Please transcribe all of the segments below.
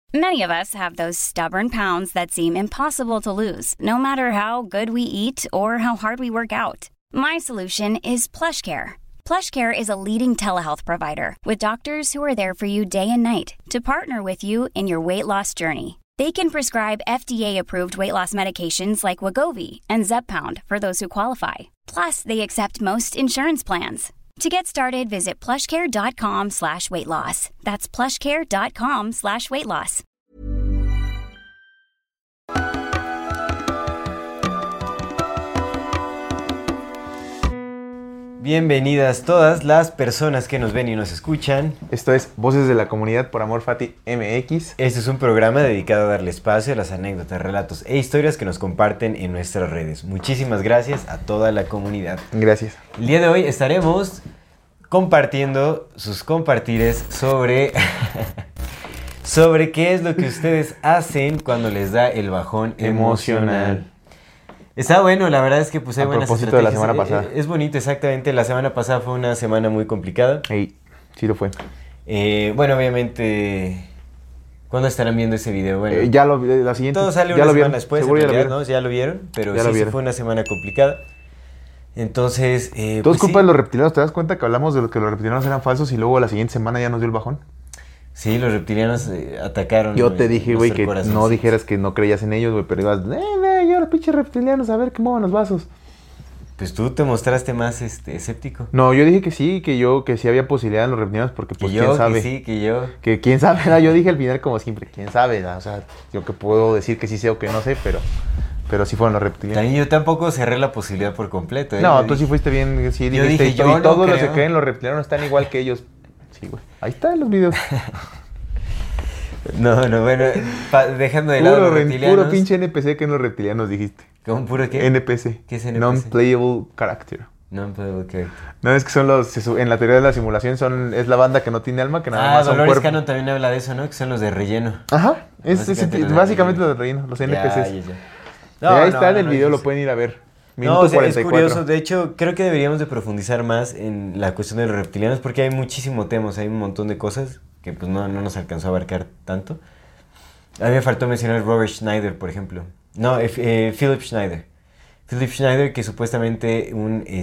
Many of us have those stubborn pounds that seem impossible to lose, no matter how good we eat or how hard we work out. My solution is PlushCare. PlushCare is a leading telehealth provider with doctors who are there for you day and night to partner with you in your weight loss journey. They can prescribe FDA-approved weight loss medications like Wegovy and Zepbound for those who qualify. Plus, they accept most insurance plans. To get started, visit plushcare.com/weightloss. That's plushcare.com/weightloss. Bienvenidas todas las personas que nos ven y nos escuchan. Esto es Voces de la Comunidad por Amor Fati MX. Este es un programa dedicado a darle espacio a las anécdotas, relatos e historias que nos comparten en nuestras redes. Muchísimas gracias a toda la comunidad. Gracias. El día de hoy estaremos compartiendo sus compartires sobre qué es lo que ustedes hacen cuando les da el bajón emocional. Está bueno, la verdad es que pues hay buenas estrategias. A propósito de la semana pasada. Es bonito, exactamente. La semana pasada fue una semana muy complicada. Sí lo fue. Bueno, obviamente, ¿cuándo estarán viendo ese video? Bueno, ya la siguiente. Todo sale ya una lo semana vieron. después, Seguro en ya realidad, lo vieron. ¿no? Ya lo vieron, pero ya sí fue una semana complicada. Entonces, todo es pues culpa de los reptilianos. ¿Te das cuenta que hablamos de que los reptilianos eran falsos y luego la siguiente semana ya nos dio el bajón? Sí, los reptilianos atacaron. Yo te dije, güey, que no sí. dijeras que no creías en ellos, güey, pero ibas, yo los pinches reptilianos, a ver que muevan los vasos. Pues tú te mostraste más escéptico. No, yo dije que sí, que sí había posibilidad en los reptilianos, porque pues quién sabe. Que sí, que yo. Que quién sabe, ¿no? Yo dije al final como siempre, quién sabe, ¿no? O sea, yo que puedo decir que sí sé o que no sé, pero sí fueron los reptilianos. También yo tampoco cerré la posibilidad por completo, ¿eh? No, tú sí fuiste bien, sí yo dijiste, dije, yo y todos no los creo. que creen los reptilianos están igual que ellos. Sí, güey. Ahí están los videos. No, bueno, dejando de lado los reptilianos. Puro pinche NPC que en los reptilianos dijiste. ¿Cómo puro qué? NPC. ¿Qué es NPC? Non-playable character. Non-playable character. No, es que son en la teoría de la simulación es la banda que no tiene alma, que nada más son Dolores cuerpo. Cannon también habla de eso, ¿no? Que son los de relleno. Ajá, básicamente los de relleno, los NPCs. Ya. Ahí está en el video, lo pueden ir a ver. Minuto 44. Es curioso. De hecho, creo que deberíamos de profundizar más en la cuestión de los reptilianos porque hay muchísimo temas, hay un montón de cosas que pues no nos alcanzó a abarcar tanto. A mí me faltó mencionar Robert Schneider, por ejemplo. No, Philip Schneider. Philip Schneider, que supuestamente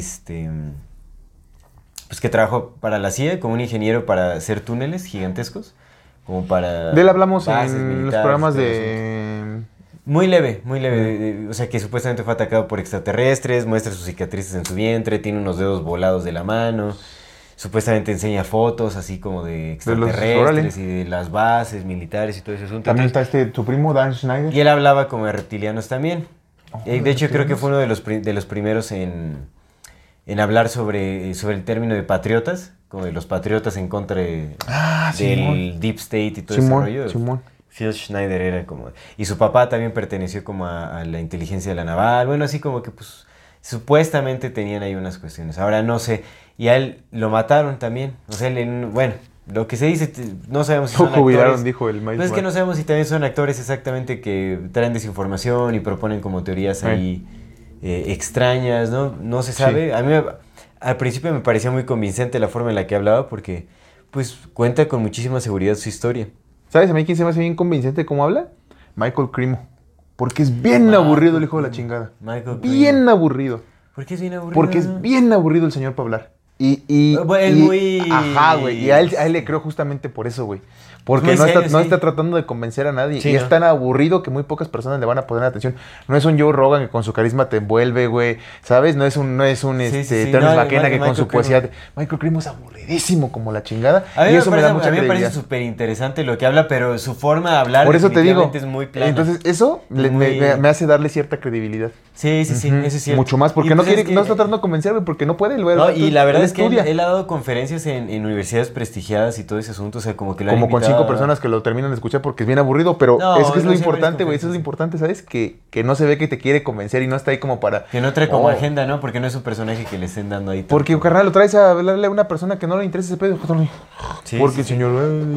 pues que trabajó para la CIA como un ingeniero para hacer túneles gigantescos, como para... De él hablamos bases en los militares, programas todo de... Muy leve. O sea, que supuestamente fue atacado por extraterrestres, muestra sus cicatrices en su vientre, tiene unos dedos volados de la mano, supuestamente enseña fotos así como de extraterrestres y de las bases militares y todo ese asunto. También está su primo Dan Schneider. Y él hablaba como de reptilianos también. De hecho, creo que fue uno de los primeros en hablar sobre el término de patriotas, como de los patriotas en contra del Deep State y todo ese rollo. Simón. Phil Schneider era como... Y su papá también perteneció como a la inteligencia de la naval. Bueno, así como que pues supuestamente tenían ahí unas cuestiones. Ahora no sé. Y a él lo mataron también. O sea, bueno, lo que se dice, no sabemos si son actores. Dijo el maestro. No es que no sabemos si también son actores exactamente que traen desinformación y proponen como teorías ahí extrañas, ¿no? No se sabe. Sí. A mí al principio me parecía muy convincente la forma en la que hablaba porque pues cuenta con muchísima seguridad su historia. ¿Sabes a mí quién se me hace bien convincente cómo habla? Michael Cremo. Porque es bien aburrido el hijo de la chingada. Bien aburrido. ¿Por qué es bien aburrido? Porque es bien aburrido el señor para hablar. Ajá, güey. Y a él le creo justamente por eso, güey. Porque no está tratando de convencer a nadie. Sí, y es tan aburrido que muy pocas personas le van a poner atención. No es un Joe Rogan que con su carisma te envuelve, güey. ¿Sabes? No es un Terence McKenna que con su poesía... Michael Cremo es aburridísimo como la chingada. Y eso me da mucha credibilidad. A mí me parece súper interesante lo que habla, pero su forma de hablar por eso te digo, es muy plana. Entonces eso me hace darle cierta credibilidad. Sí, eso es cierto. Mucho más, porque no está tratando de convencerme, porque no puede. Y la verdad es que él ha dado conferencias en universidades prestigiadas y todo ese asunto, o sea, como que lo han invitado. Con 5 personas que lo terminan de escuchar porque es bien aburrido, pero es que es lo importante, güey, eso es lo importante, ¿sabes? Que no se ve que te quiere convencer y no está ahí como para... Que no trae como agenda, ¿no? Porque no es un personaje que le estén dando ahí. Porque, carnal, lo traes a hablarle a una persona que no le interesa ese pedo. Porque el señor...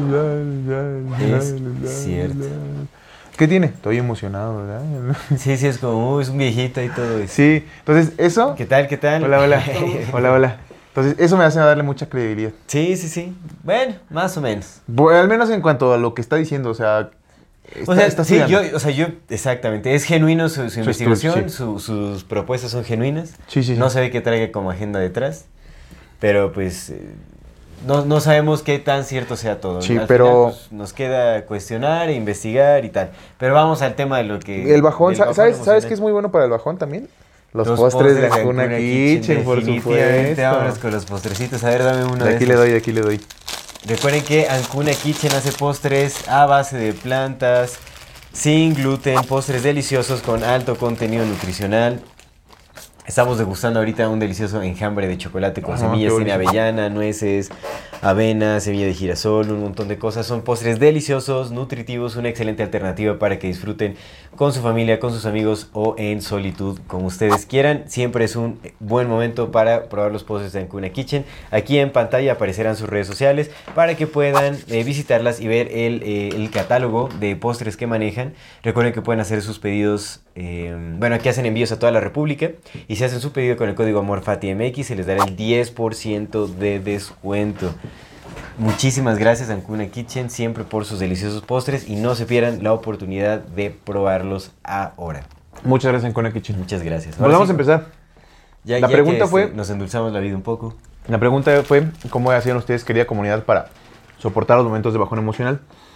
Es cierto. ¿Qué tiene? Estoy emocionado, ¿verdad? Sí, es como, es un viejito y todo eso. Sí, entonces eso... ¿Qué tal? Hola. Entonces, eso me hace darle mucha credibilidad. Sí. Bueno, más o menos. Al menos en cuanto a lo que está diciendo, o sea, exactamente. Es genuino su investigación, sus propuestas son genuinas. Sí. No se ve que traiga como agenda detrás, pero pues no sabemos qué tan cierto sea todo. Sí, al pero final, pues, nos queda cuestionar, investigar y tal. Pero vamos al tema de lo que... El bajón, ¿sabes qué es muy bueno para el bajón también? Los postres de Ancuna Kitchen, por supuesto. Vámonos con los postrecitos. A ver, dame uno de aquí le doy. Recuerden que Ancuna Kitchen hace postres a base de plantas, sin gluten, postres deliciosos con alto contenido nutricional. Estamos degustando ahorita un delicioso enjambre de chocolate con semillas, tiene avellana, nueces, avena, semilla de girasol, un montón de cosas. Son postres deliciosos, nutritivos, una excelente alternativa para que disfruten con su familia, con sus amigos o en solitud, como ustedes quieran. Siempre es un buen momento para probar los postres de Ancuna Kitchen. Aquí en pantalla aparecerán sus redes sociales para que puedan visitarlas y ver el catálogo de postres que manejan. Recuerden que pueden hacer sus pedidos. Aquí hacen envíos a toda la República y si hacen su pedido con el código AMORFATIMX se les dará el 10% de descuento. Muchísimas gracias Ancuna Kitchen siempre por sus deliciosos postres y no se pierdan la oportunidad de probarlos ahora. Muchas gracias Ancuna Kitchen. Muchas gracias. Pues vamos a empezar. La pregunta fue... Nos endulzamos la vida un poco. La pregunta fue ¿cómo hacían ustedes, querida comunidad, para soportar los momentos de bajón emocional?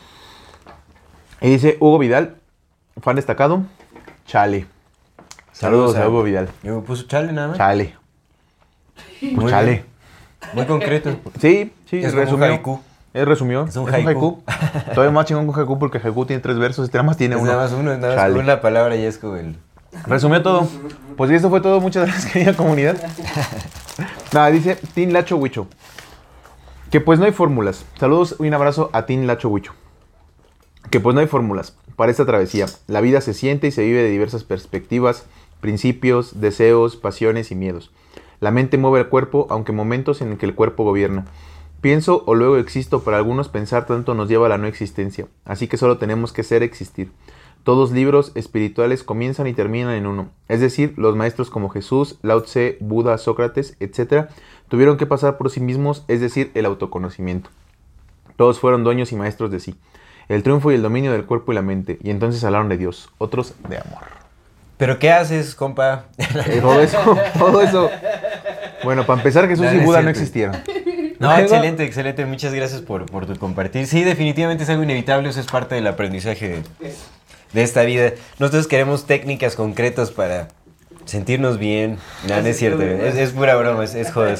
Y dice Hugo Vidal, fan destacado, chale. Saludos a Hugo Vidal. Yo puso chale nada más. Chale. Pues chale. Bien. Muy concreto. Sí, es resumió. Un haiku. Es un haiku. Todavía más chingón con haiku porque haiku tiene 3 versos, este nada más tiene uno. Nada más uno, nada más con una palabra y es como el... Resumió todo. Pues y eso fue todo. Muchas gracias, querida comunidad. Nada, dice Team Lacho Huicho. Que pues no hay fórmulas. Saludos y un abrazo a Team Lacho Huicho. Que pues no hay fórmulas para esta travesía. La vida se siente y se vive de diversas perspectivas, principios, deseos, pasiones y miedos. La mente mueve el cuerpo, aunque momentos en que el cuerpo gobierna. Pienso o luego existo, para algunos pensar tanto nos lleva a la no existencia. Así que solo tenemos que ser existir. Todos libros espirituales comienzan y terminan en uno. Es decir, los maestros como Jesús, Lao Tse, Buda, Sócrates, etc. tuvieron que pasar por sí mismos, es decir, el autoconocimiento. Todos fueron dueños y maestros de sí. El triunfo y el dominio del cuerpo y la mente. Y entonces hablaron de Dios, otros de amor. ¿Pero qué haces, compa? Todo eso. Bueno, para empezar, Jesús y Buda no existieron. No, excelente. Muchas gracias por tu compartir. Sí, definitivamente es algo inevitable. Eso es parte del aprendizaje de esta vida. Nosotros queremos técnicas concretas para sentirnos bien. No es cierto. Es pura broma. Es joda.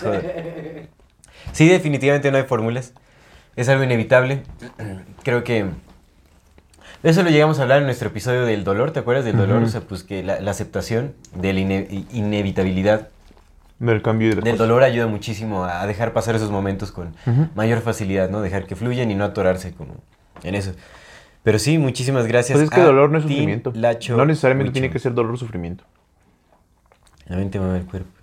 Sí, definitivamente no hay fórmulas. Es algo inevitable. Creo que... Eso lo llegamos a hablar en nuestro episodio del dolor, ¿te acuerdas del dolor? O sea, pues que la aceptación de la inevitabilidad del cambio y del dolor ayuda muchísimo a dejar pasar esos momentos con mayor facilidad, ¿no? Dejar que fluyan y no atorarse como en eso. Pero sí, muchísimas gracias. Pues es que dolor no es sufrimiento. Lacho, no necesariamente tiene que ser dolor o sufrimiento. La mente mueve el cuerpo.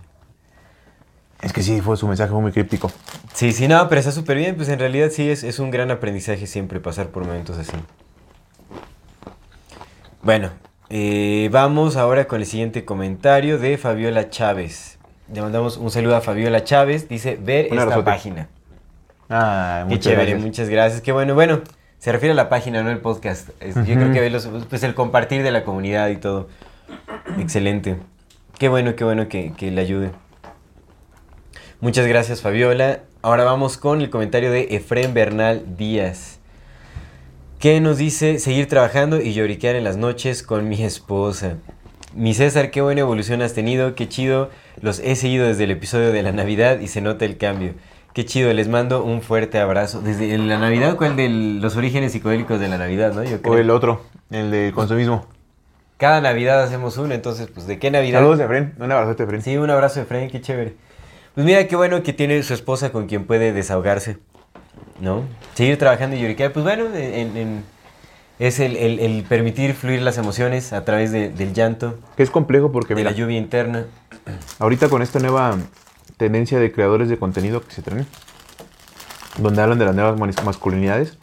Es que sí, su mensaje fue muy críptico. Sí, no, pero está súper bien. Pues en realidad sí es un gran aprendizaje siempre pasar por momentos así. Bueno, vamos ahora con el siguiente comentario de Fabiola Chávez. Le mandamos un saludo a Fabiola Chávez. Dice, ver esta página. Qué chévere, gracias. Muchas gracias. Qué bueno. Bueno, se refiere a la página, no el podcast. Yo creo que pues el compartir de la comunidad y todo. Excelente. Qué bueno que le ayude. Muchas gracias, Fabiola. Ahora vamos con el comentario de Efrén Bernal Díaz, que nos dice, seguir trabajando y lloriquear en las noches con mi esposa. Mi César, qué buena evolución has tenido, qué chido. Los he seguido desde el episodio de la Navidad y se nota el cambio. Qué chido, les mando un fuerte abrazo. ¿Desde la Navidad? ¿Cuál de los orígenes psicodélicos de la Navidad, no? Yo creo. O el otro, el del consumismo. Cada Navidad hacemos uno, entonces, pues, ¿de qué Navidad? Saludos, Efrén. Un abrazo, Efrén. Sí, un abrazo, Efrén, qué chévere. Pues mira, qué bueno que tiene su esposa con quien puede desahogarse, ¿no? Seguir trabajando y lloriquear, pues bueno, es el permitir fluir las emociones a través del llanto. Que es complejo porque, de la lluvia interna. Ahorita con esta nueva tendencia de creadores de contenido que se traen, donde hablan de las nuevas masculinidades.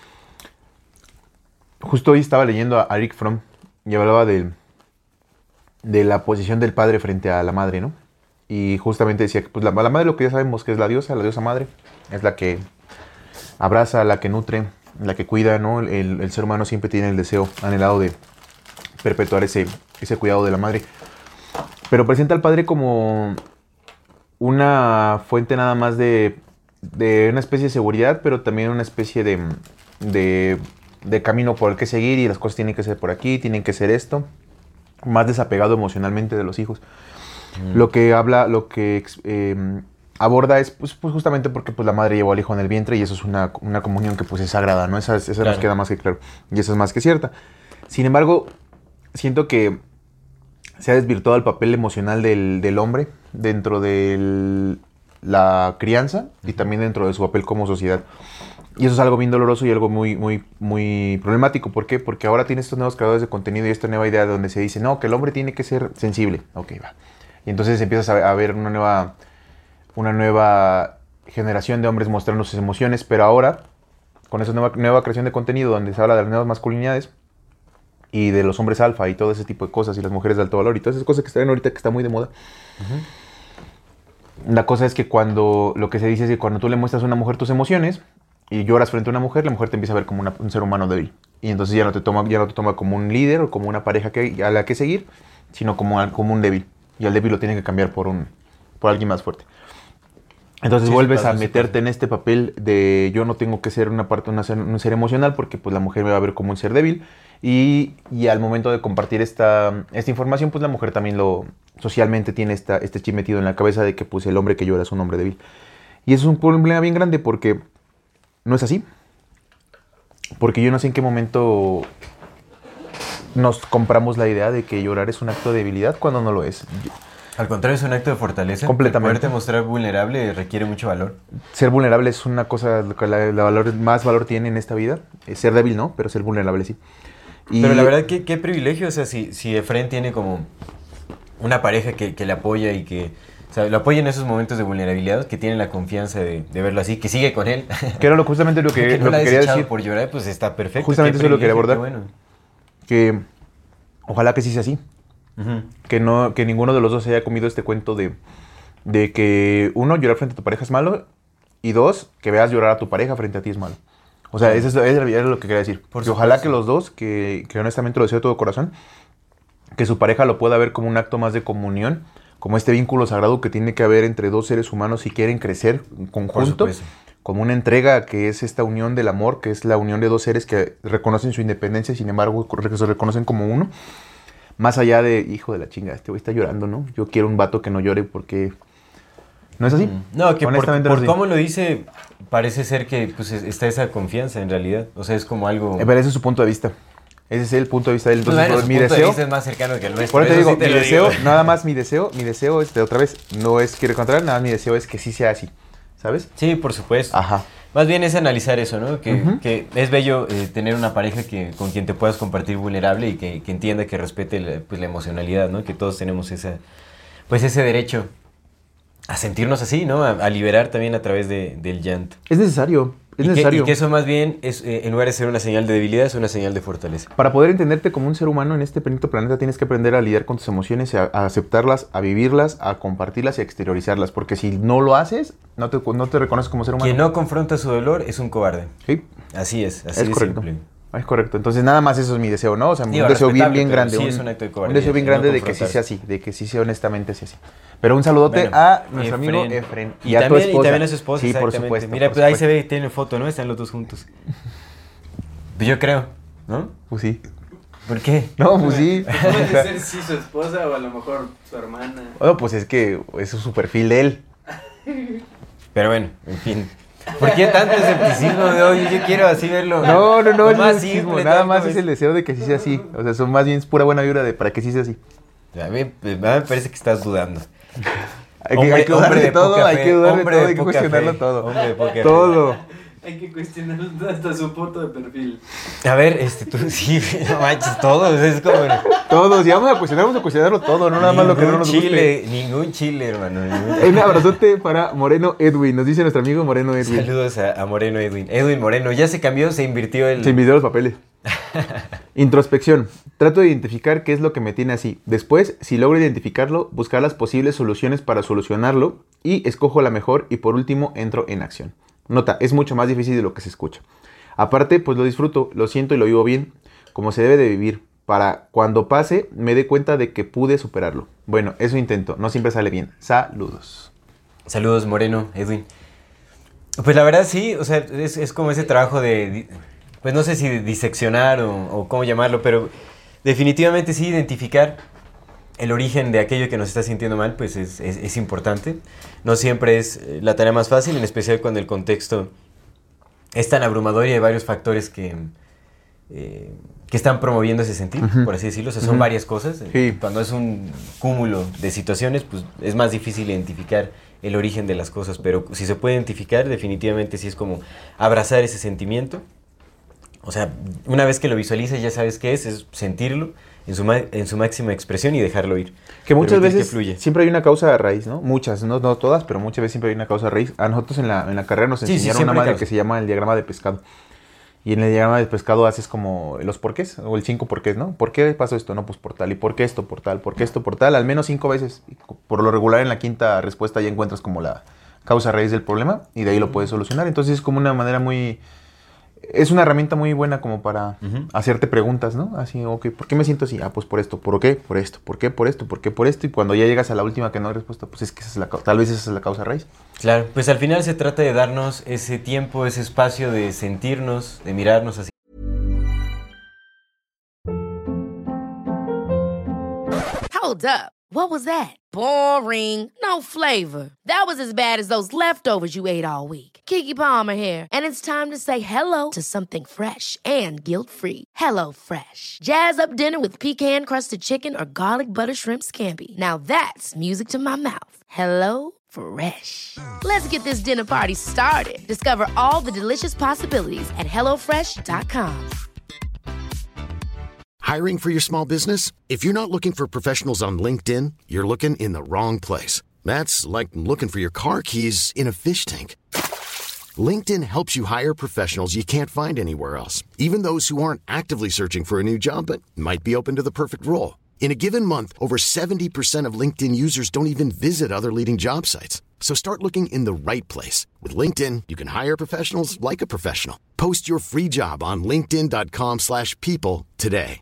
Justo hoy estaba leyendo a Eric Fromm y hablaba de la posición del padre frente a la madre, ¿no? Y justamente decía que pues, la madre, lo que ya sabemos que es la diosa madre, es la que abraza, la que nutre, la que cuida, ¿no? El ser humano siempre tiene el deseo anhelado de perpetuar ese cuidado de la madre. Pero presenta al padre como una fuente nada más de una especie de seguridad, pero también una especie de camino por el que seguir, y las cosas tienen que ser por aquí, tienen que ser esto. Más desapegado emocionalmente de los hijos. Lo que aborda es pues justamente porque pues, la madre llevó al hijo en el vientre, y eso es una comunión que pues es sagrada, ¿no? Esa claro. Nos queda más que claro, y eso es más que cierta. Sin embargo, siento que se ha desvirtuado el papel emocional del hombre dentro de la crianza y también dentro de su papel como sociedad. Y eso es algo bien doloroso y algo muy, muy, muy problemático. ¿Por qué? Porque ahora tiene estos nuevos creadores de contenido y esta nueva idea donde se dice, no, que el hombre tiene que ser sensible. Ok, va. Y entonces empiezas a ver una nueva generación de hombres mostrando sus emociones, pero ahora, con esa nueva creación de contenido donde se habla de las nuevas masculinidades y de los hombres alfa y todo ese tipo de cosas, y las mujeres de alto valor y todas esas cosas que están ahorita, que está muy de moda. La cosa es que lo que se dice es que cuando tú le muestras a una mujer tus emociones y lloras frente a una mujer, la mujer te empieza a ver como un ser humano débil. Y entonces ya no te toma como un líder o como una pareja a la que seguir, sino como un débil. Y al débil lo tienen que cambiar por alguien más fuerte. Entonces vuelves a meterte en este papel de yo no tengo que ser un ser emocional, porque pues la mujer me va a ver como un ser débil. Y al momento de compartir esta información, pues la mujer también socialmente tiene este chip metido en la cabeza de que pues el hombre que llora es un hombre débil. Y eso es un problema bien grande porque no es así. Porque yo no sé en qué momento nos compramos la idea de que llorar es un acto de debilidad cuando no lo es. Al contrario, es un acto de fortaleza. Completamente. Poderte mostrar vulnerable requiere mucho valor. Ser vulnerable es una cosa que más valor tiene en esta vida. Ser débil no, pero ser vulnerable sí. Pero la verdad, qué privilegio. O sea, si Efren tiene como una pareja que le apoya y que... O sea, lo apoya en esos momentos de vulnerabilidad, que tiene la confianza de verlo así, que sigue con él. Que era justamente lo que quería decir. Por llorar, pues está perfecto. Justamente eso es lo que quería abordar. Bueno. Que ojalá que sí sea así. Uh-huh. Que ninguno de los dos haya comido este cuento de que, uno, llorar frente a tu pareja es malo, y dos, que veas llorar a tu pareja frente a ti es malo. O sea, eso es lo que quería decir. Porque ojalá que los dos, que honestamente lo deseo de todo corazón, que su pareja lo pueda ver como un acto más de comunión, como este vínculo sagrado que tiene que haber entre dos seres humanos si quieren crecer en conjunto, como una entrega que es esta unión del amor, que es la unión de dos seres que reconocen su independencia y sin embargo se reconocen como uno. Más allá de, hijo de la chinga, este güey está llorando, ¿no? Yo quiero un vato que no llore porque... ¿No es así? No, que por cómo lo dice, parece ser que pues, está esa confianza en realidad. O sea, es como algo... Pero ese es su punto de vista. Ese es el punto de vista de él. Entonces, bueno, mi deseo... es más cercano que el nuestro. Por eso te digo, mi deseo, nada más mi deseo es, otra vez, no es quiero encontrar, nada más mi deseo es que sí sea así, ¿sabes? Sí, por supuesto. Ajá. Más bien es analizar eso, ¿no? Que es bello tener una pareja con quien te puedas compartir vulnerable y que entienda, que respete la emocionalidad, ¿no? Que todos tenemos ese derecho a sentirnos así, ¿no? A liberar también a través del llanto. Es necesario. Y que eso más bien, en lugar de ser una señal de debilidad, es una señal de fortaleza. Para poder entenderte como un ser humano en este bonito planeta, tienes que aprender a lidiar con tus emociones, a aceptarlas, a vivirlas, a compartirlas y a exteriorizarlas. Porque si no lo haces, no te reconoces como ser humano. Quien no confronta su dolor es un cobarde. Sí. Así es correcto. Simple. Es correcto. Entonces, nada más eso es mi deseo, ¿no? O sea, un deseo bien grande. Sí, es un acto de cobardía. Un deseo bien grande de que sí sea así, de que sí sea honestamente sea así. Pero un saludote a nuestro amigo Efren. Y a tu esposa. Y también a su esposa, sí, por supuesto. Mira, pues ahí se ve, tienen foto, ¿no? Están los dos juntos. Pues yo creo, ¿no? Pues sí. ¿Por qué? No, pues sí. Puede ser sí su esposa o a lo mejor su hermana. Bueno, pues es que eso es su perfil de él. Pero bueno, en fin. ¿Por qué tanto escepticismo de hoy? Yo quiero así verlo. No, es escepticismo. Nada más es el deseo de que sí sea así. O sea, más bien es pura buena vibra para que sí sea así. A mí me parece que estás dudando. Hay que dudar de todo, hay que dudar de todo, hay que cuestionarlo todo. Hombre de poca todo. Hay que cuestionar hasta su foto de perfil. A ver, tú sí, no manches, todo, es como... Todos, ya vamos a cuestionarlo todo, no nada más lo que no nos guste. Ningún chile, hermano. Un abrazote para Moreno Edwin, nos dice nuestro amigo Moreno Edwin. Saludos a Moreno Edwin. Edwin Moreno, ya se cambió, se invirtió los papeles. Introspección. Trato de identificar qué es lo que me tiene así. Después, si logro identificarlo, buscar las posibles soluciones para solucionarlo y escojo la mejor y por último entro en acción. Nota, es mucho más difícil de lo que se escucha. Aparte, pues lo disfruto, lo siento y lo vivo bien, como se debe de vivir, para cuando pase me dé cuenta de que pude superarlo. Bueno, eso intento, no siempre sale bien. Saludos. Saludos, Moreno, Edwin. Pues la verdad sí, o sea, es como ese trabajo de, pues no sé si diseccionar o cómo llamarlo, pero definitivamente sí identificar el origen de aquello que nos está sintiendo mal, pues es importante. No siempre es la tarea más fácil, en especial cuando el contexto es tan abrumador y hay varios factores que están promoviendo ese sentir, por así decirlo. O sea, son varias cosas. Sí. Cuando es un cúmulo de situaciones, pues es más difícil identificar el origen de las cosas, pero si se puede identificar, definitivamente sí es como abrazar ese sentimiento. O sea, una vez que lo visualizas ya sabes qué es sentirlo en su máxima expresión y dejarlo ir. Que muchas veces que fluye. siempre hay una causa raíz, ¿no? Muchas, no todas, pero muchas veces siempre hay una causa raíz. A nosotros en la carrera nos enseñaron una madre que se llama el diagrama de pescado. Y en el diagrama de pescado haces como los porqués, o el 5 porqués, ¿no? ¿Por qué pasó esto? No, pues por tal. ¿Y por qué esto? Por tal. ¿Por qué esto? Por tal. Al menos 5 veces. Y por lo regular en la quinta respuesta ya encuentras como la causa raíz del problema y de ahí lo puedes solucionar. Entonces es como una manera muy... Es una herramienta muy buena como para hacerte preguntas, ¿no? Así, ok, ¿por qué me siento así? Ah, pues por esto. ¿Por qué? Por esto. ¿Por qué? Por esto. ¿Por qué? Por esto. Y cuando ya llegas a la última que no hay respuesta, pues es que esa es tal vez esa es la causa raíz. Claro, pues al final se trata de darnos ese tiempo, ese espacio de sentirnos, de mirarnos así. Hold up. What was that? Boring. No flavor. That was as bad as those leftovers you ate all week. Keke Palmer here, and it's time to say hello to something fresh and guilt-free. Hello Fresh. Jazz up dinner with pecan-crusted chicken or garlic butter shrimp scampi. Now that's music to my mouth. Hello Fresh. Let's get this dinner party started. Discover all the delicious possibilities at hellofresh.com. Hiring for your small business? If you're not looking for professionals on LinkedIn, you're looking in the wrong place. That's like looking for your car keys in a fish tank. LinkedIn helps you hire professionals you can't find anywhere else, even those who aren't actively searching for a new job but might be open to the perfect role. In a given month, over 70% of LinkedIn users don't even visit other leading job sites. So start looking in the right place. With LinkedIn, you can hire professionals like a professional. Post your free job on linkedin.com/people today.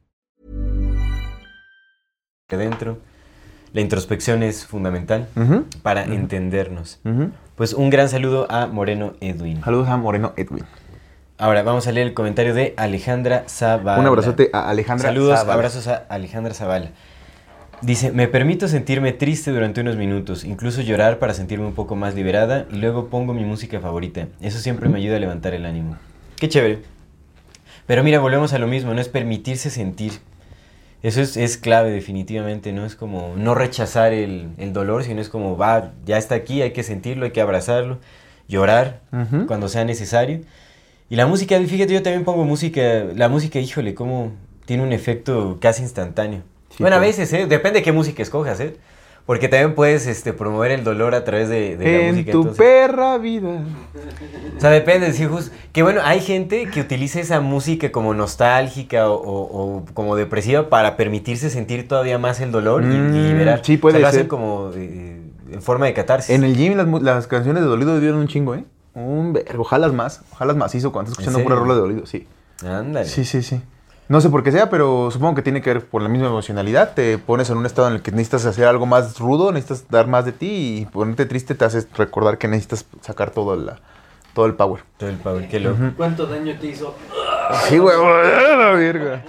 Adentro, la introspección es fundamental para entendernos. Pues un gran saludo a Moreno Edwin. Saludos a Moreno Edwin. Ahora vamos a leer el comentario de Alejandra Zavala. Un abrazote a Alejandra Saludos, Zavala. abrazos a Alejandra Zavala. Dice, me permito sentirme triste durante unos minutos, incluso llorar para sentirme un poco más liberada y luego pongo mi música favorita. Eso siempre me ayuda a levantar el ánimo. Qué chévere. Pero mira, volvemos a lo mismo, no es permitirse sentir. Eso es clave definitivamente, no es como no rechazar el dolor, sino es como, va, ya está aquí, hay que sentirlo, hay que abrazarlo, llorar cuando sea necesario. Y la música, fíjate, yo también pongo música, la música, híjole, como tiene un efecto casi instantáneo. Sí, bueno, a veces, depende de qué música escojas, porque también puedes promover el dolor a través de la música. En tu perra vida. O sea, depende, sí, que bueno, hay gente que utiliza esa música como nostálgica o como depresiva para permitirse sentir todavía más el dolor y liberar. Sí, puede ser. Lo hacen como en forma de catarsis. En el gym las canciones de dolido dieron un chingo, Un vergo, ojalá más hizo cuando estás escuchando pura rola de dolido, sí. Ándale. Sí. No sé por qué sea, pero supongo que tiene que ver por la misma emocionalidad. Te pones en un estado en el que necesitas hacer algo más rudo, necesitas dar más de ti y ponerte triste te hace recordar que necesitas sacar todo el power. Todo el power, qué loco. ¿Cuánto daño te hizo? Sí, güey, la verga.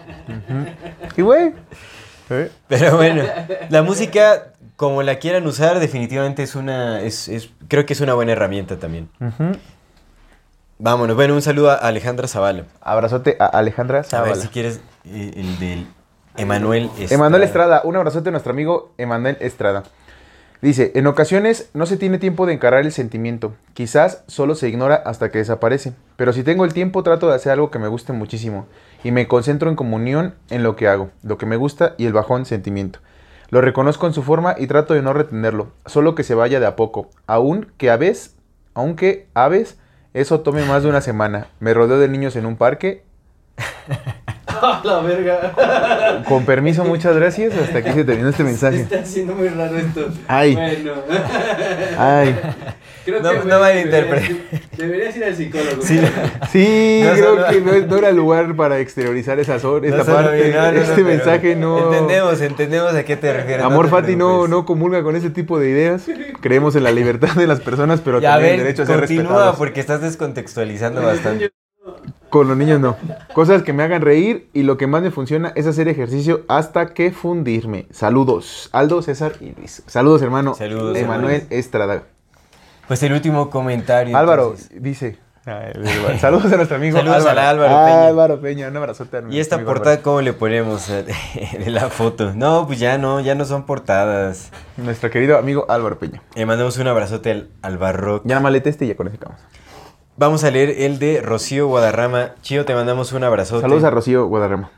Sí, güey. Pero bueno, la música, como la quieran usar, definitivamente creo que es una buena herramienta también. Vámonos, bueno, un saludo a Alejandra Zavala. Abrazote a Alejandra Zavala. A ver si quieres el del Emanuel Estrada. Emanuel Estrada, un abrazote a nuestro amigo Emanuel Estrada. Dice, en ocasiones no se tiene tiempo de encarar el sentimiento. Quizás solo se ignora hasta que desaparece. Pero si tengo el tiempo trato de hacer algo que me guste muchísimo. Y me concentro en comunión en lo que hago, lo que me gusta y el bajón sentimiento. Lo reconozco en su forma y trato de no retenerlo. Solo que se vaya de a poco. Aunque a veces eso tome más de una semana. Me rodeo de niños en un parque. La verga. Con permiso, muchas gracias. Hasta aquí se terminó este mensaje. Está haciendo muy raro esto. Ay. Bueno. Ay. No malinterpretes. Deberías ir al psicólogo. Sí, creo que no era el lugar para exteriorizar esta parte. Mensaje no... Entendemos a qué te refieres. Amor Fati no comulga con ese tipo de ideas. Creemos en la libertad de las personas, pero también el derecho a ser respetados. Continúa porque estás descontextualizando bastante. Con los niños no. Cosas que me hagan reír y lo que más me funciona es hacer ejercicio hasta que fundirme. Saludos, Aldo, César y Luis. Saludos, hermano. Saludos, Emanuel Estrada. Pues el último comentario. Álvaro dice... Saludos a nuestro amigo Saludos a Álvaro Peña. Álvaro Peña, un abrazote. ¿Y esta portada Álvaro? ¿Cómo le ponemos de la foto? No, pues ya no son portadas. Nuestro querido amigo Álvaro Peña. Le mandamos un abrazote al Barroco. Ya malete y ya con eso acabamos. Vamos a leer el de Rocío Guadarrama. Chío, te mandamos un abrazote. Saludos a Rocío Guadarrama.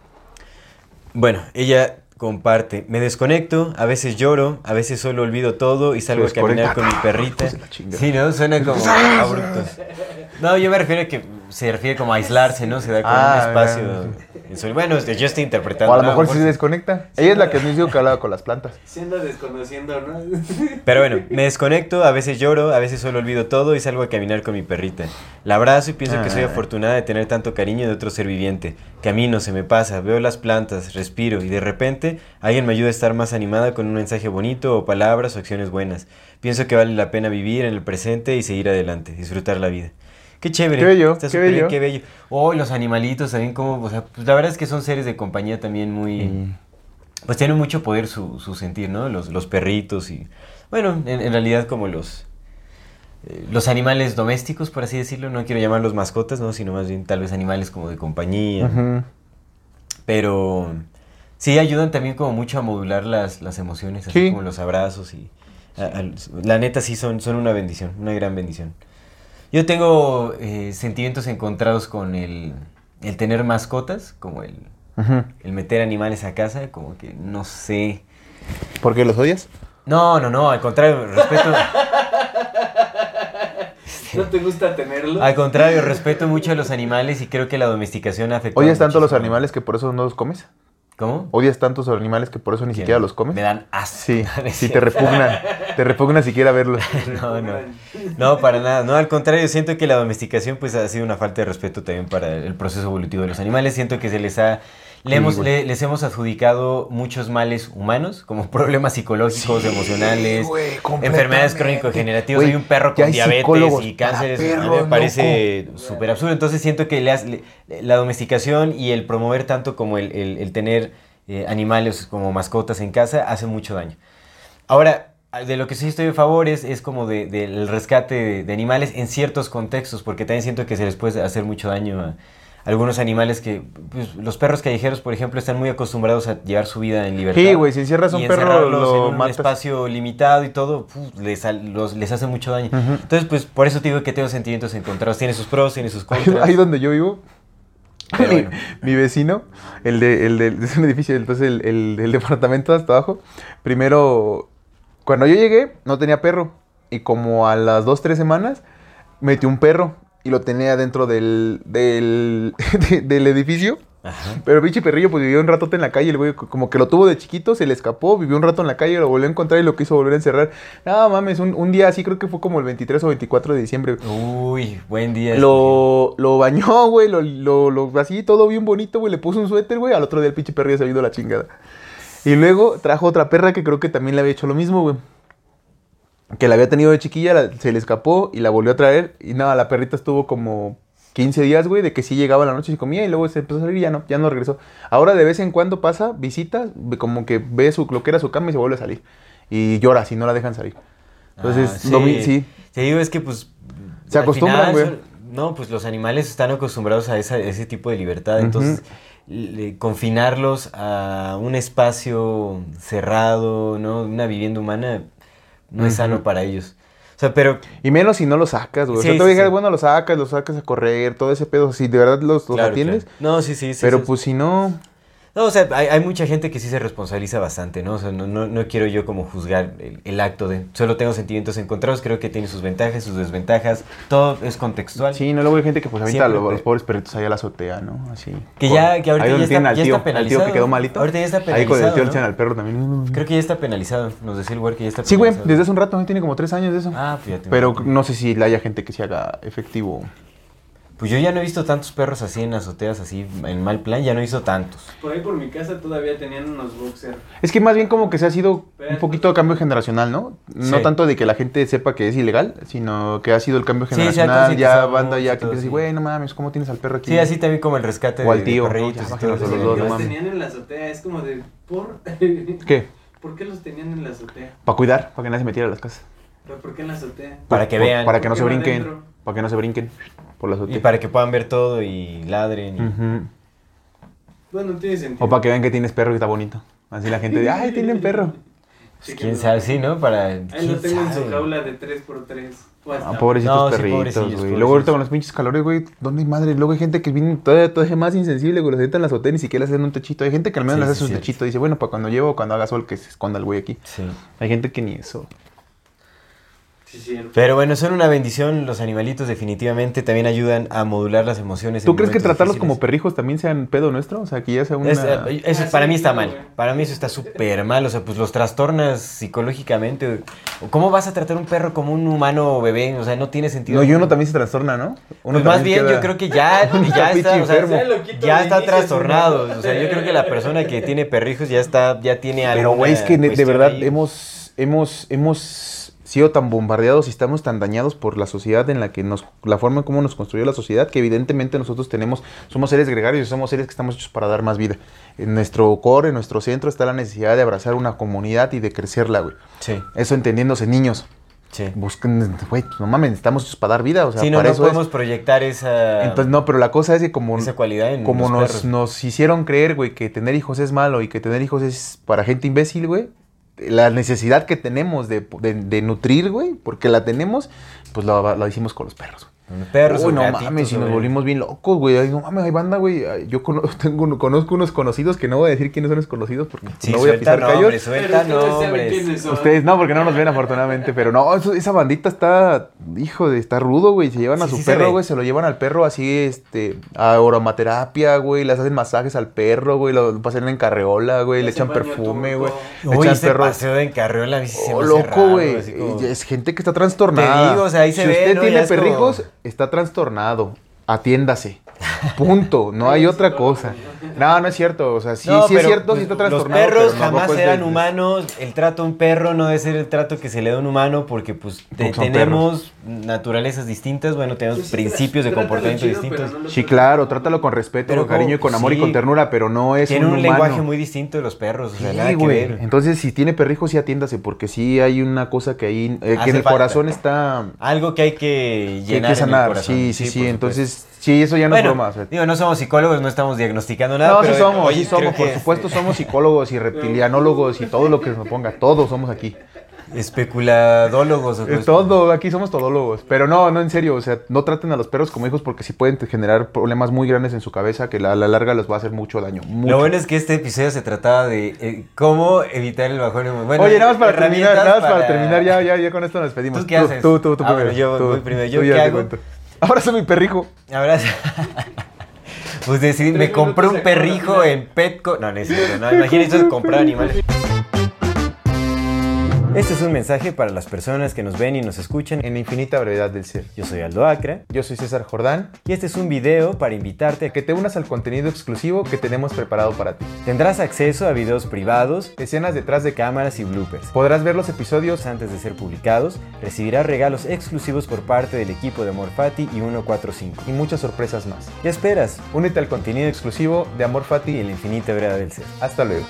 Bueno, ella comparte. Me desconecto, a veces lloro, a veces solo olvido todo y salgo a caminar con mi perrita. Sí, ¿no? Suena como abruptos. No, yo me refiero a que se refiere como a aislarse, ¿no? Se da como un espacio. Bueno, yo estoy interpretando. O a lo mejor si se desconecta. Ella es la que nos dijo que hablaba con las plantas. Siendo desconociendo, ¿no? Pero bueno, me desconecto, a veces lloro, a veces solo olvido todo y salgo a caminar con mi perrita. La abrazo y pienso que soy afortunada de tener tanto cariño de otro ser viviente. Camino, se me pasa, veo las plantas, respiro y de repente alguien me ayuda a estar más animada con un mensaje bonito o palabras o acciones buenas. Pienso que vale la pena vivir en el presente y seguir adelante, disfrutar la vida. Qué chévere. Qué bello, está súper bien, qué bello. Los animalitos también como, o sea, pues la verdad es que son seres de compañía también muy... Pues tienen mucho poder su sentir, ¿no? Los perritos y... Bueno, en realidad como los animales domésticos, por así decirlo. No quiero llamarlos mascotas, ¿no? Sino más bien tal vez animales como de compañía. Uh-huh. Pero sí ayudan también como mucho a modular las emociones, así como los abrazos y... la neta sí son una bendición, una gran bendición. Yo tengo sentimientos encontrados con el tener mascotas, como el meter animales a casa, como que no sé. ¿Por qué los odias? No, al contrario, respeto... ¿No te gusta tenerlos? Al contrario, respeto mucho a los animales y creo que la domesticación afecta. ¿Odias tanto a los animales que por eso no los comes? ¿Cómo? ¿Odias tantos animales que por eso ni siquiera los comes? Me dan asco. Sí, te repugnan. Te repugna siquiera verlos. No, para nada. No, al contrario, siento que la domesticación pues ha sido una falta de respeto también para el proceso evolutivo de los animales. Siento que les hemos adjudicado muchos males humanos, como problemas psicológicos, emocionales, enfermedades crónico-degenerativas. Hay un perro con diabetes y cánceres. A mí me parece súper absurdo. Entonces siento que la domesticación y el promover tanto como el tener animales como mascotas en casa hace mucho daño. Ahora, de lo que sí estoy a favor es como del rescate de animales en ciertos contextos, porque también siento que se les puede hacer mucho daño a algunos animales que, pues, los perros callejeros, por ejemplo, están muy acostumbrados a llevar su vida en libertad. Sí, güey, si encierras un perro, en un espacio limitado y todo, les hace mucho daño. Uh-huh. Entonces, pues, por eso te digo que tengo sentimientos encontrados. Tiene sus pros, tiene sus contras. Ahí donde yo vivo, mi vecino, es un edificio, entonces el departamento hasta abajo, primero, cuando yo llegué, no tenía perro. Y como a las 2-3 semanas, metió un perro. Y lo tenía dentro del edificio. Ajá. Pero el pinche perrillo pues vivió un ratote en la calle. El güey como que lo tuvo de chiquito, se le escapó, vivió un rato en la calle, lo volvió a encontrar y lo quiso volver a encerrar. No mames, un día así, creo que fue como el 23 o 24 de diciembre. Uy, buen día. Lo bañó, güey, lo así, todo bien bonito, güey. Le puso un suéter, güey. Al otro día el pinche perrillo se ha ido a la chingada. Y luego trajo otra perra que creo que también le había hecho lo mismo, güey. Que la había tenido de chiquilla, se le escapó y la volvió a traer. Y nada, la perrita estuvo como 15 días, güey, de que sí llegaba en la noche y se comía y luego se empezó a salir y ya no regresó. Ahora de vez en cuando pasa, visita, como que ve lo que era su cama y se vuelve a salir. Y llora si no la dejan salir. Entonces, sí. Te digo, es que pues... Se acostumbran, güey. No, pues los animales están acostumbrados a ese tipo de libertad. Entonces, confinarlos a un espacio cerrado, ¿no? Una vivienda humana... No es sano para ellos. O sea, pero... Y menos si no lo sacas, güey. Sí, o sea, te digas, bueno, lo sacas a correr, todo ese pedo. Si de verdad los atiendes. Claro. No, sí. Pero pues si no... No, o sea, hay mucha gente que sí se responsabiliza bastante, ¿no? O sea, no quiero yo como juzgar el acto de... Solo tengo sentimientos encontrados, creo que tiene sus ventajas, sus desventajas, todo es contextual. Sí, no, luego hay gente que pues avienta a los pobres perritos ahí a la azotea, ¿no? Así. Que ahorita ya está penalizado. Al tío que quedó malito. Ahorita ya está penalizado, ahí con el tío ¿no? le echan al perro también. Creo que ya está penalizado, nos decía el güey que ya está Sí, penalizado. güey, desde hace un rato, tiene como 3 años de eso. Ah, fíjate. Pero no sé si haya gente que se haga efectivo. Pues yo ya no he visto tantos perros así en azoteas, así en mal plan, ya no he visto tantos. Por ahí por mi casa todavía tenían unos boxers. Es que más bien como que se ha sido un poquito de cambio generacional, ¿no? No tanto de que la gente sepa que es ilegal, sino que ha sido el cambio generacional, ya banda ya que empieza a decir, güey, no mames, ¿cómo tienes al perro aquí? Sí, así también como el rescate o al tío, de perritos no, y todo los eso. dos, no Los mames. tenían en la azotea, es como de, ¿por? ¿Qué? ¿Por qué los tenían en la azotea? Para cuidar, para que nadie se metiera a las casas. ¿Pero por qué en la azotea? Para que vean. Para que no se ¿Por qué no brinquen. adentro? Para que no se brinquen por la azotea. Y para que puedan ver todo y ladren. Ujú. Bueno, tiene sentido. O para que vean que tienes perro y está bonito. Así la gente dice, ¡ay, tienen perro! Sí, ¿Quién sabe? Sí, ¿no? Para... Ahí lo ¿quién tengo en sabe? su jaula de 3x3. Ah, pobrecitos No, sí, perritos, pobrecillos, güey. Luego ahorita con los pinches calores, güey, ¿dónde hay madre? Luego hay gente que viene todavía más insensible, güey, los sientan en la azotea, ni siquiera les hacen un techito. Hay gente que al menos Sí, les hace sí, su sí. techito. Dice, bueno, para cuando llevo o cuando haga sol que se esconda el güey aquí. Sí. Hay gente que ni eso. Sí, cierto. Pero bueno, son una bendición los animalitos, definitivamente. También ayudan a modular las emociones. ¿Tú en crees que momentos tratarlos como difíciles. perrijos también sean pedo nuestro? O sea, que ya sea una... Eso Ah, para sí, mí está claro, mal. güey. Para mí eso está súper mal. O sea, pues los trastornas psicológicamente. ¿Cómo vas a tratar un perro como un humano bebé? O sea, no tiene sentido. No, y uno también se trastorna, ¿no? Uno Pues más también bien queda- yo creo que ya pinche está, o sea, enfermo. ya está trastornado. O sea, yo creo que la persona que tiene perrijos ya tiene algo. Pero, güey, es que de verdad hemos sido tan bombardeados y estamos tan dañados por la sociedad en la que la forma en cómo nos construyó la sociedad, que evidentemente nosotros somos seres gregarios y somos seres que estamos hechos para dar más vida. En nuestro core, en nuestro centro está la necesidad de abrazar una comunidad y de crecerla, güey. Sí, Eso entendiéndose niños. sí. Busquen, güey, no mames, estamos hechos para dar vida, o sea, Sí, no para eso podemos es. proyectar esa, Entonces, no, pero la cosa es que esa cualidad en como los perros. nos hicieron creer, güey, que tener hijos es malo y que tener hijos es para gente imbécil, güey. La necesidad que tenemos de nutrir, güey, porque la tenemos, pues lo hicimos con los perros. Perros o Uy, no gatitos, mames, y nos güey. volvimos bien locos, güey. Ay, no mames, hay banda, güey. Ay, yo conozco unos conocidos que no voy a decir quiénes son los conocidos porque Sí, no voy a pisar callos. nombres, suelta Pero ustedes saben nombres. quiénes son. Ustedes no, porque no nos ven afortunadamente, pero no, esa bandita está, hijo de, está rudo, güey. Se llevan a Sí, su sí se perro, ve. güey, se lo llevan al perro así, a aromaterapia, güey, les hacen masajes al perro, güey, lo pasan en carreola, güey, le hacen echan baño perfume, turco. güey. Le Uy, echan ese perros. paseo de encarriola a mí sí se me Oh, hace loco, raro, güey. así como- Es gente que está trastornada. Te digo, o sea, ahí se si ve, usted ¿no? tiene Ya es como- perrijos, está trastornado. Atiéndase. Punto. No hay otra cosa. No, no es cierto. O sea, sí, No, sí es pero, cierto, pues, sí está trastornado. Los perros pero jamás tampoco es eran de- humanos. El trato a un perro no debe ser el trato que se le da a un humano porque pues Porque son tenemos naturalezas distintas, bueno, tenemos Pues sí, principios de trátalo comportamiento chido, pero distintos. no lo Sí, trates claro, mal. trátalo con respeto, Pero con cariño y con como- amor y sí. con ternura, pero no es Tiene un un humano. lenguaje muy distinto de los perros, o sea, Sí, nada que güey. ver. Entonces, si tiene perrijos, sí atiéndase, porque sí hay una cosa que ahí, que Hace en el falta. corazón está... Algo que hay que que hay llenar que sanar. en el corazón. Sí, sí, por sí. supuesto. Entonces, sí, eso ya no bueno, es broma. O sea, digo, no somos psicólogos, no estamos diagnosticando nada, no, pero sí somos, oye, sí somos, creo por que supuesto somos psicólogos y reptilianólogos y todo lo que se nos ponga, todos somos aquí. especuladólogos o Es todo, aquí somos todólogos, pero no, en serio, o sea, no traten a los perros como hijos porque sí pueden generar problemas muy grandes en su cabeza que a la larga les va a hacer mucho daño. Mucho. Lo bueno es que este episodio se trataba de cómo evitar el bajón. Bueno, Oye, nada más para terminar, herramientas ya con esto nos despedimos. ¿Tú qué haces? Tú Ah, primero. bueno, yo tú, voy primero. ¿Yo tú qué ya te hago? cuento. Ahora soy mi perrijo. Ahora pues decidí, me 3 compré un minutos se acabó la perrijo fila. en Petco. No, no es cierto, no, imagínense comprar animales. Este es un mensaje para las personas que nos ven y nos escuchan. En la infinita brevedad del ser. Yo soy Aldo Acra Yo soy César Jordán. y este es un video para invitarte a que Que te unas al contenido exclusivo que tenemos preparado para ti. tendrás acceso a videos privados, Escenas detrás de cámaras y bloopers. Podrás ver los episodios. Antes de ser publicados, recibirás regalos exclusivos por parte del equipo de Amor Fati y 145. Y muchas sorpresas más. ¿Qué esperas? Únete al contenido exclusivo de Amor Fati Y en la infinita verdad del ser. Hasta luego.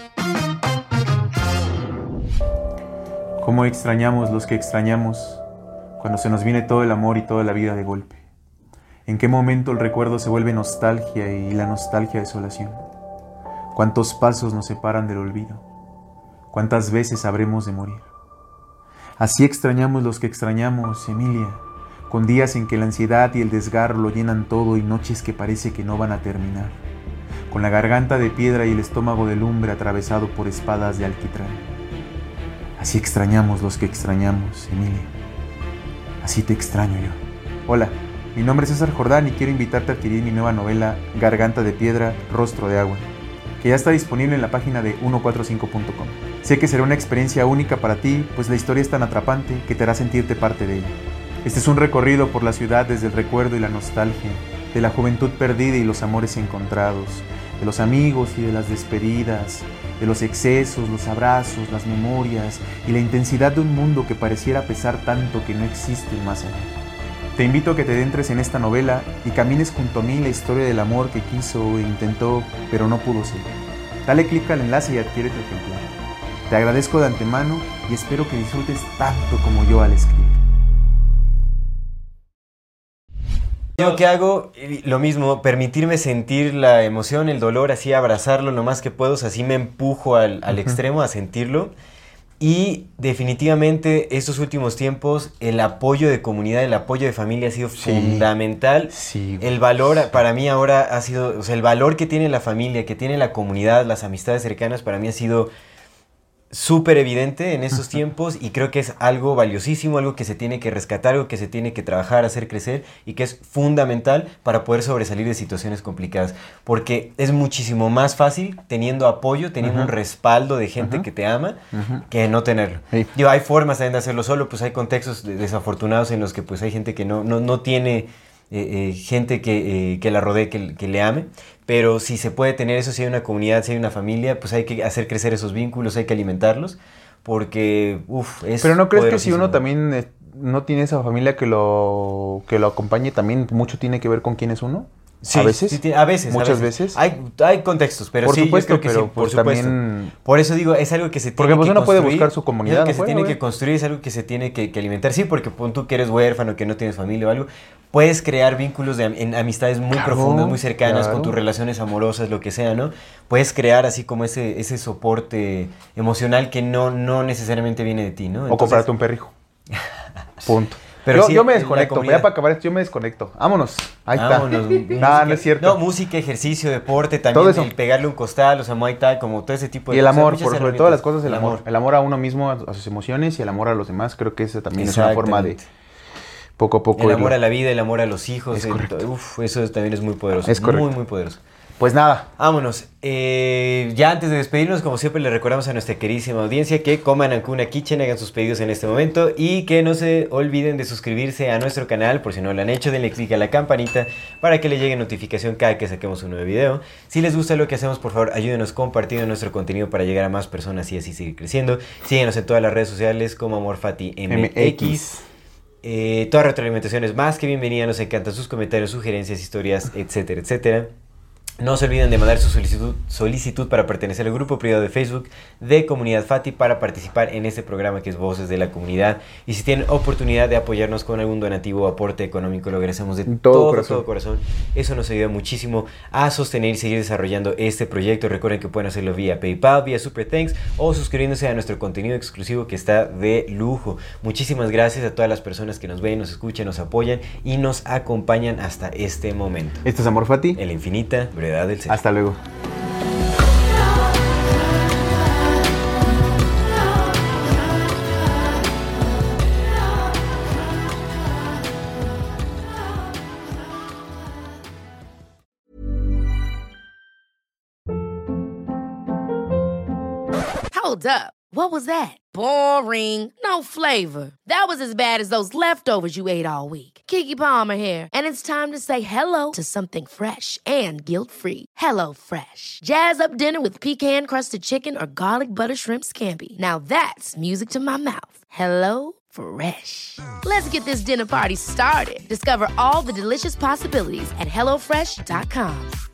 Cómo extrañamos los que extrañamos cuando se nos viene todo el amor y toda la vida de golpe. En qué momento el recuerdo se vuelve nostalgia y la nostalgia desolación. Cuántos pasos nos separan del olvido. Cuántas veces habremos de morir. Así extrañamos los que extrañamos, Emilia, con días en que la ansiedad y el desgarro lo llenan todo y noches que parece que no van a terminar. con la garganta de piedra y el estómago de lumbre atravesado por espadas de alquitrán. Así extrañamos los que extrañamos, Emilia. Así te extraño yo. Hola, mi nombre es César Jordán y quiero invitarte a adquirir mi nueva novela Garganta de piedra, rostro de agua, que ya está disponible en la página de 145.com. Sé que será una experiencia única para ti, pues la historia es tan atrapante que te hará sentirte parte de ella. Este es un recorrido por la ciudad desde el recuerdo y la nostalgia, de la juventud perdida y los amores encontrados, de los amigos y de las despedidas, de los excesos, los abrazos, las memorias y la intensidad de un mundo que pareciera pesar tanto que no existe más allá. Te invito a que te adentres en esta novela y camines junto a mí la historia del amor que quiso e intentó, pero no pudo ser. Dale clic al enlace y adquiere tu ejemplar. Te agradezco de antemano y espero que disfrutes tanto como yo al escribir. Yo que hago lo mismo, permitirme sentir la emoción, el dolor, así abrazarlo lo más que puedo, o sea, así me empujo al extremo a sentirlo. Y definitivamente estos últimos tiempos el apoyo de comunidad, el apoyo de familia ha sido fundamental. Sí. El valor para mí ahora ha sido, o sea, el valor que tiene la familia, que tiene la comunidad, las amistades cercanas, para mí ha sido súper evidente en estos tiempos y creo que es algo valiosísimo, algo que se tiene que rescatar, algo que se tiene que trabajar, hacer crecer y que es fundamental para poder sobresalir de situaciones complicadas, porque es muchísimo más fácil teniendo apoyo, teniendo un respaldo de gente que te ama, que no tenerlo. Digo, hay formas también de hacerlo solo, pues hay contextos desafortunados en los que pues hay gente que no tiene gente que la rodee, que le ame, pero si se puede tener eso, si hay una comunidad, si hay una familia, pues hay que hacer crecer esos vínculos, hay que alimentarlos, porque es Pero ¿no crees que si uno también no tiene esa familia que lo acompañe, también mucho tiene que ver con quién es uno? Sí, ¿A veces? Sí, a veces. ¿Muchas veces? Hay contextos, pero por sí, supuesto, yo creo que pero sí, por pues supuesto. También... Por eso digo, es algo que se tiene porque pues que uno construir. puede buscar su comunidad. Es algo que afuera, se tiene que construir, es algo que se tiene que alimentar. Sí, porque pon tú que eres huérfano, que no tienes familia o algo, puedes crear vínculos en amistades muy profundas, muy cercanas, con tus relaciones amorosas, lo que sea, ¿no? Puedes crear así como ese soporte emocional que no necesariamente viene de ti, ¿no? Entonces, o comprarte un perrijo. Punto. Pero yo me desconecto, ya para acabar esto, yo me desconecto. Vámonos. Ahí Vámonos, está. No es cierto. No, música, ejercicio, deporte, también el pegarle un costal, o sea, Muay Thai, como todo ese tipo de cosas. Y el amor, sobre todas las cosas, el amor. El amor a uno mismo, a sus emociones y el amor a los demás. Creo que esa también es una forma de poco a poco. El amor a la vida, el amor a los hijos. Eso también es muy poderoso. Es correcto. Muy, muy poderoso. Pues nada. Vámonos. Ya antes de despedirnos, como siempre, le recordamos a nuestra queridísima audiencia que coman Ancuna Kitchen, hagan sus pedidos en este momento y que no se olviden de suscribirse a nuestro canal, por si no lo han hecho, denle click a la campanita para que le llegue notificación cada que saquemos un nuevo video. Si les gusta lo que hacemos, por favor, ayúdenos compartiendo nuestro contenido para llegar a más personas y así seguir creciendo. Síguenos en todas las redes sociales como AmorFatiMX. Toda retroalimentación es más que bienvenida, nos encantan sus comentarios, sugerencias, historias, etcétera, etcétera. No se olviden de mandar su solicitud para pertenecer al grupo privado de Facebook de Comunidad Fati para participar en este programa que es Voces de la Comunidad. Y si tienen oportunidad de apoyarnos con algún donativo o aporte económico, lo agradecemos de todo corazón. Eso nos ayuda muchísimo a sostener y seguir desarrollando este proyecto. Recuerden que pueden hacerlo vía PayPal, vía Super Thanks o suscribiéndose a nuestro contenido exclusivo que está de lujo. Muchísimas gracias a todas las personas que nos ven, nos escuchan, nos apoyan y nos acompañan hasta este momento. Esto es Amor Fati. En la infinita del ser. Hasta luego. Hold up. What was that? Boring. No flavor. That was as bad as those leftovers you ate all week. Keke Palmer here, and it's time to say hello to something fresh and guilt-free. HelloFresh. Jazz up dinner with pecan-crusted chicken or garlic butter shrimp scampi. Now that's music to my mouth. HelloFresh. Let's get this dinner party started. Discover all the delicious possibilities at HelloFresh.com.